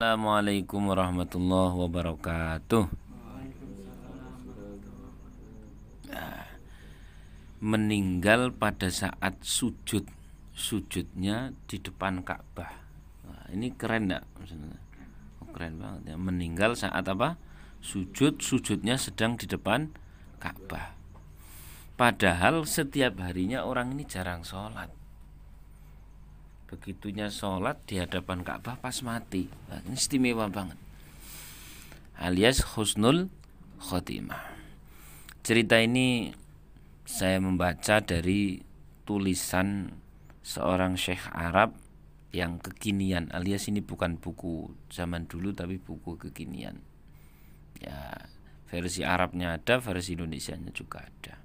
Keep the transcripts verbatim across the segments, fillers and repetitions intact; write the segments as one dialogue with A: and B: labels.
A: Assalamualaikum warahmatullahi wabarakatuh. Nah, meninggal pada saat sujud, sujudnya di depan Ka'bah. Nah, ini keren enggak? Oh, keren banget ya. Meninggal saat apa? Sujud, sujudnya sedang di depan Ka'bah. Padahal setiap harinya orang ini jarang sholat. Begitunya sholat di hadapan Ka'bah pas mati. Nah, ini istimewa banget, alias husnul khotimah. Cerita ini saya membaca dari tulisan seorang syekh Arab yang kekinian, alias ini bukan buku zaman dulu tapi buku kekinian. Ya, versi Arabnya ada, versi Indonesianya juga ada.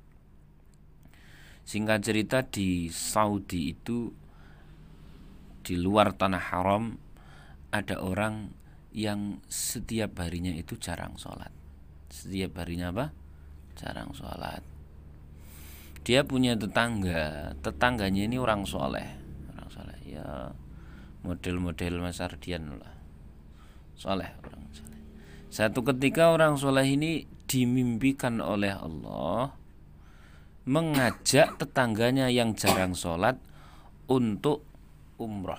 A: Singkat cerita, di Saudi itu, di luar tanah haram, ada orang yang setiap harinya itu jarang sholat. Setiap harinya apa? Jarang sholat. Dia punya tetangga, tetangganya ini orang soleh, orang soleh ya, model-model Mas Ardian lah, soleh, orang soleh. Satu ketika orang soleh ini dimimpikan oleh Allah mengajak tetangganya yang jarang sholat untuk umroh,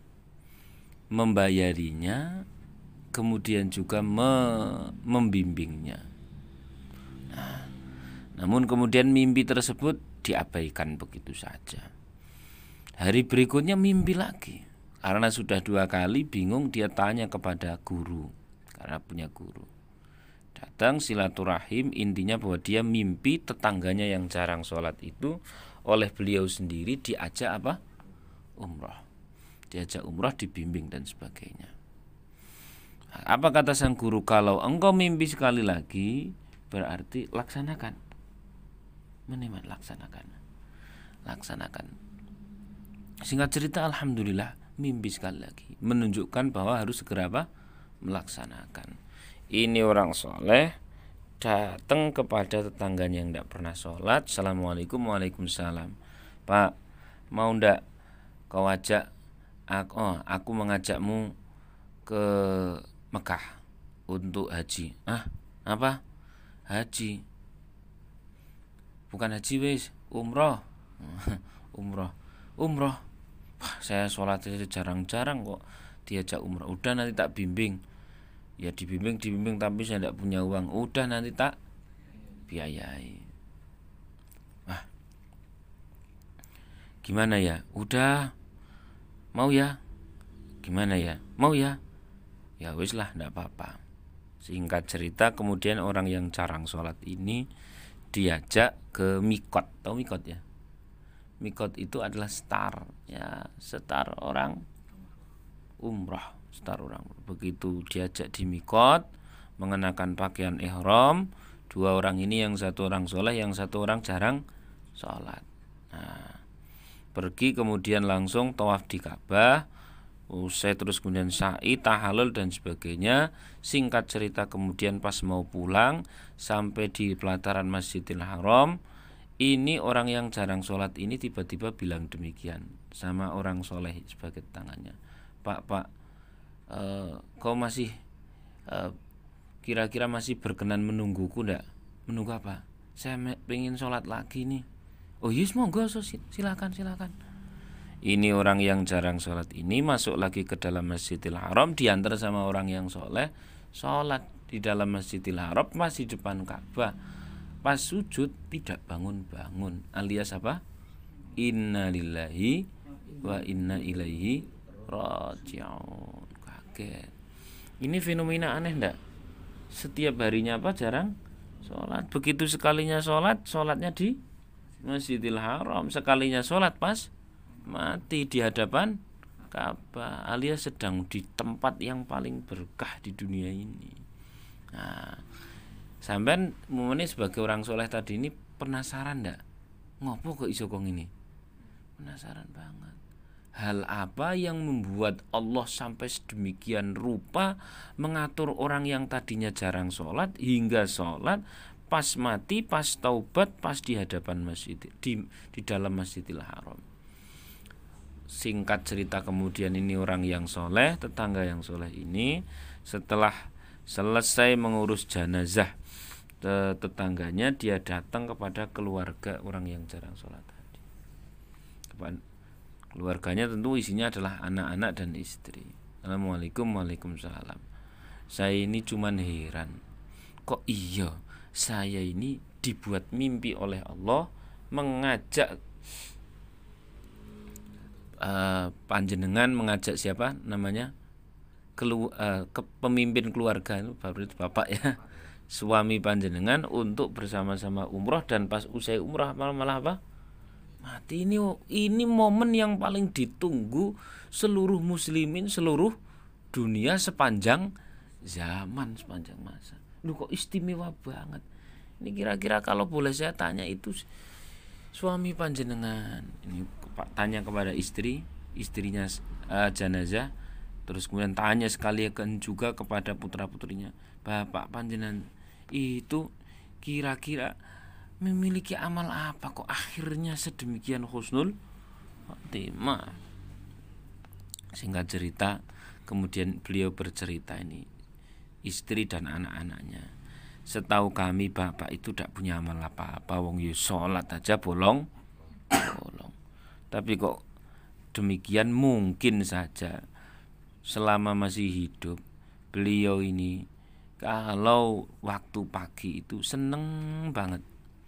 A: membayarinya, kemudian juga me- membimbingnya. Nah, namun kemudian mimpi tersebut diabaikan begitu saja. Hari berikutnya mimpi lagi, karena sudah dua kali bingung, dia tanya kepada guru, karena punya guru. Datang silaturahim, intinya bahwa dia mimpi tetangganya yang jarang sholat itu oleh beliau sendiri diajak apa? Umroh, diajak umroh, dibimbing dan sebagainya. Apa kata sang guru? Kalau engkau mimpi sekali lagi, berarti laksanakan. Meniman laksanakan, laksanakan. Singkat cerita, alhamdulillah mimpi sekali lagi, menunjukkan bahwa harus segera apa? Melaksanakan. Ini orang soleh datang kepada tetangganya yang tidak pernah sholat. Assalamualaikum, waalaikumsalam. Pak, mau ndak kau ajak aku, oh, aku mengajakmu ke Mekah untuk haji. Ah, apa? Haji. Bukan haji wis, umroh. Umroh. Umroh. Wah, saya sholat aja jarang-jarang kok diajak umroh. Udah, nanti tak bimbing. Ya dibimbing, dibimbing tapi saya tidak punya uang. Udah, nanti tak biayai. Ah, gimana ya? Udah, mau ya? Gimana ya? Mau ya? Ya wis lah, ndak apa-apa. Singkat cerita, kemudian orang yang jarang sholat ini diajak ke mikot. Tahu mikot ya? Mikot itu adalah star, ya, star orang umrah, star orang. Begitu diajak di mikot, mengenakan pakaian ihram, dua orang ini, yang satu orang soleh, yang satu orang jarang sholat. Nah, pergi kemudian langsung tawaf di Ka'bah, usai terus kemudian sa'i, tahalul dan sebagainya. Singkat cerita, kemudian pas mau pulang sampai di pelataran Masjidil Haram, ini orang yang jarang sholat ini tiba-tiba bilang demikian sama orang soleh sebagai tangannya. Pak, pak, uh, kau masih uh, kira-kira masih berkenan menungguku ndak? Menunggu apa? Saya pengen sholat lagi nih. Oh yes, monggo, silakan, silakan. Ini orang yang jarang sholat ini masuk lagi ke dalam Masjidil Haram, diantar sama orang yang soleh, sholat di dalam Masjidil Haram, masih depan Ka'bah. Pas sujud tidak bangun-bangun, alias apa? Inna lillahi wa inna ilaihi raji'un. Kaget. Ini fenomena aneh enggak? Setiap harinya apa? Jarang sholat. Begitu sekalinya sholat, sholatnya di Masjidil Haram. Sekalinya sholat pas mati di hadapan Ka'bah, alias sedang di tempat yang paling berkah di dunia ini. Nah, sampean mumene sebagai orang soleh tadi ini penasaran ndak? Ngopo kok iso kong ini? Penasaran banget. Hal apa yang membuat Allah sampai sedemikian rupa mengatur orang yang tadinya jarang sholat hingga sholat, pas mati, pas taubat, pas di hadapan masjid, di, di dalam Masjidil Haram. singkat cerita kemudian ini orang yang soleh, tetangga yang soleh ini setelah selesai mengurus jenazah tetangganya, dia datang kepada keluarga orang yang jarang sholat tadi. Keluarganya tentu isinya adalah anak-anak dan istri. Assalamualaikum, waalaikumsalam. Saya ini cuman heran, kok iya saya ini dibuat mimpi oleh Allah mengajak uh, panjenengan mengajak siapa namanya Kelu, uh, ke pemimpin keluarga itu baru itu bapak ya, suami panjenengan untuk bersama-sama umroh, dan pas usai umroh malah, malah apa mati. Ini ini momen yang paling ditunggu seluruh muslimin seluruh dunia sepanjang zaman, sepanjang masa. Lu kok istimewa banget. Ini kira-kira kalau boleh saya tanya, itu suami panjenengan ini tanya kepada istri, istrinya uh, jenazah, terus kemudian tanya sekalian juga kepada putra-putrinya, bapak panjenengan itu kira-kira memiliki amal apa kok akhirnya sedemikian husnul khotimah. Singkat cerita, kemudian beliau bercerita ini, istri dan anak-anaknya, setahu kami bapak itu tidak punya amal apa-apa, wong yo sholat aja bolong bolong. Tapi kok demikian, mungkin saja selama masih hidup beliau ini kalau waktu pagi itu seneng banget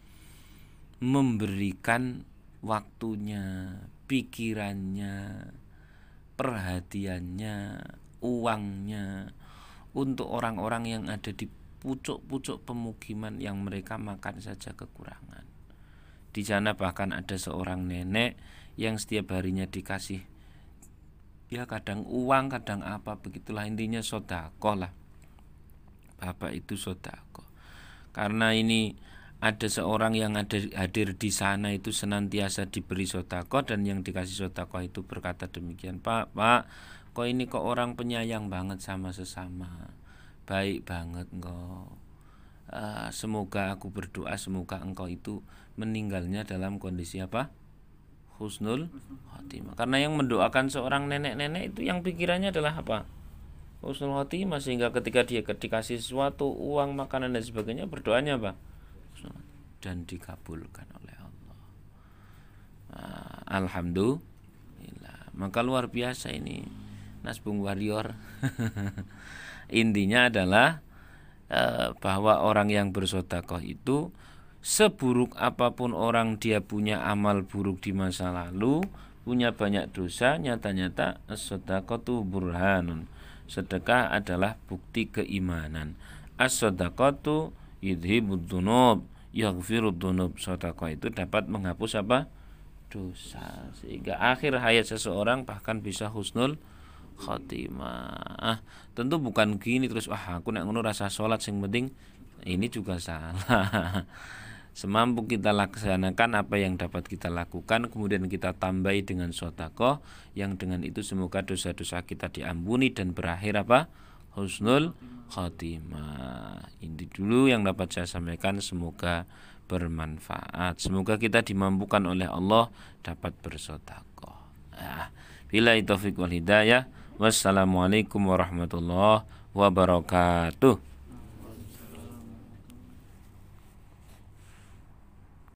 A: memberikan waktunya, pikirannya, perhatiannya, uangnya untuk orang-orang yang ada di pucuk-pucuk pemukiman yang mereka makan saja kekurangan. Di sana bahkan ada seorang nenek yang setiap harinya dikasih, ya kadang uang, kadang apa, begitulah, intinya sedekah lah. Bapak itu sedekah. Karena ini ada seorang yang ada hadir di sana itu senantiasa diberi sedekah, dan yang dikasih sedekah itu berkata demikian, Pak, Pak, kok ini kok orang penyayang banget sama sesama, baik banget engkau. Uh, semoga aku berdoa semoga engkau itu meninggalnya dalam kondisi apa? Husnul khotimah. Karena yang mendoakan seorang nenek-nenek itu yang pikirannya adalah apa? Husnul khotimah, sehingga ketika dia dikasih sesuatu, uang, makanan dan sebagainya, berdoanya apa? Dan dikabulkan oleh Allah. Nah, alhamdulillah. Maka luar biasa ini Nasbung Warrior. Intinya adalah eh, bahwa orang yang bersedekah itu, seburuk apapun orang dia punya amal buruk di masa lalu, punya banyak dosa, nyata-nyata as-shadaqatu burhanun. Sedekah adalah bukti keimanan. As-shadaqatu yudhibud dzunub yaghfirud dzunub. Sedekah itu dapat menghapus apa? Dosa, sehingga akhir hayat seseorang bahkan bisa husnul khotimah. Tentu bukan gini terus, wah aku nek ngono rasa salat sing penting, ini juga salah. Semampu kita laksanakan apa yang dapat kita lakukan, kemudian kita tambahi dengan sedekah, yang dengan itu semoga dosa-dosa kita diampuni dan berakhir apa? Husnul khotimah. Ini dulu yang dapat saya sampaikan, semoga bermanfaat. Semoga kita dimampukan oleh Allah dapat bersedekah. Nah, billahi taufiq wal hidayah. Wassalamualaikum warahmatullahi wabarakatuh.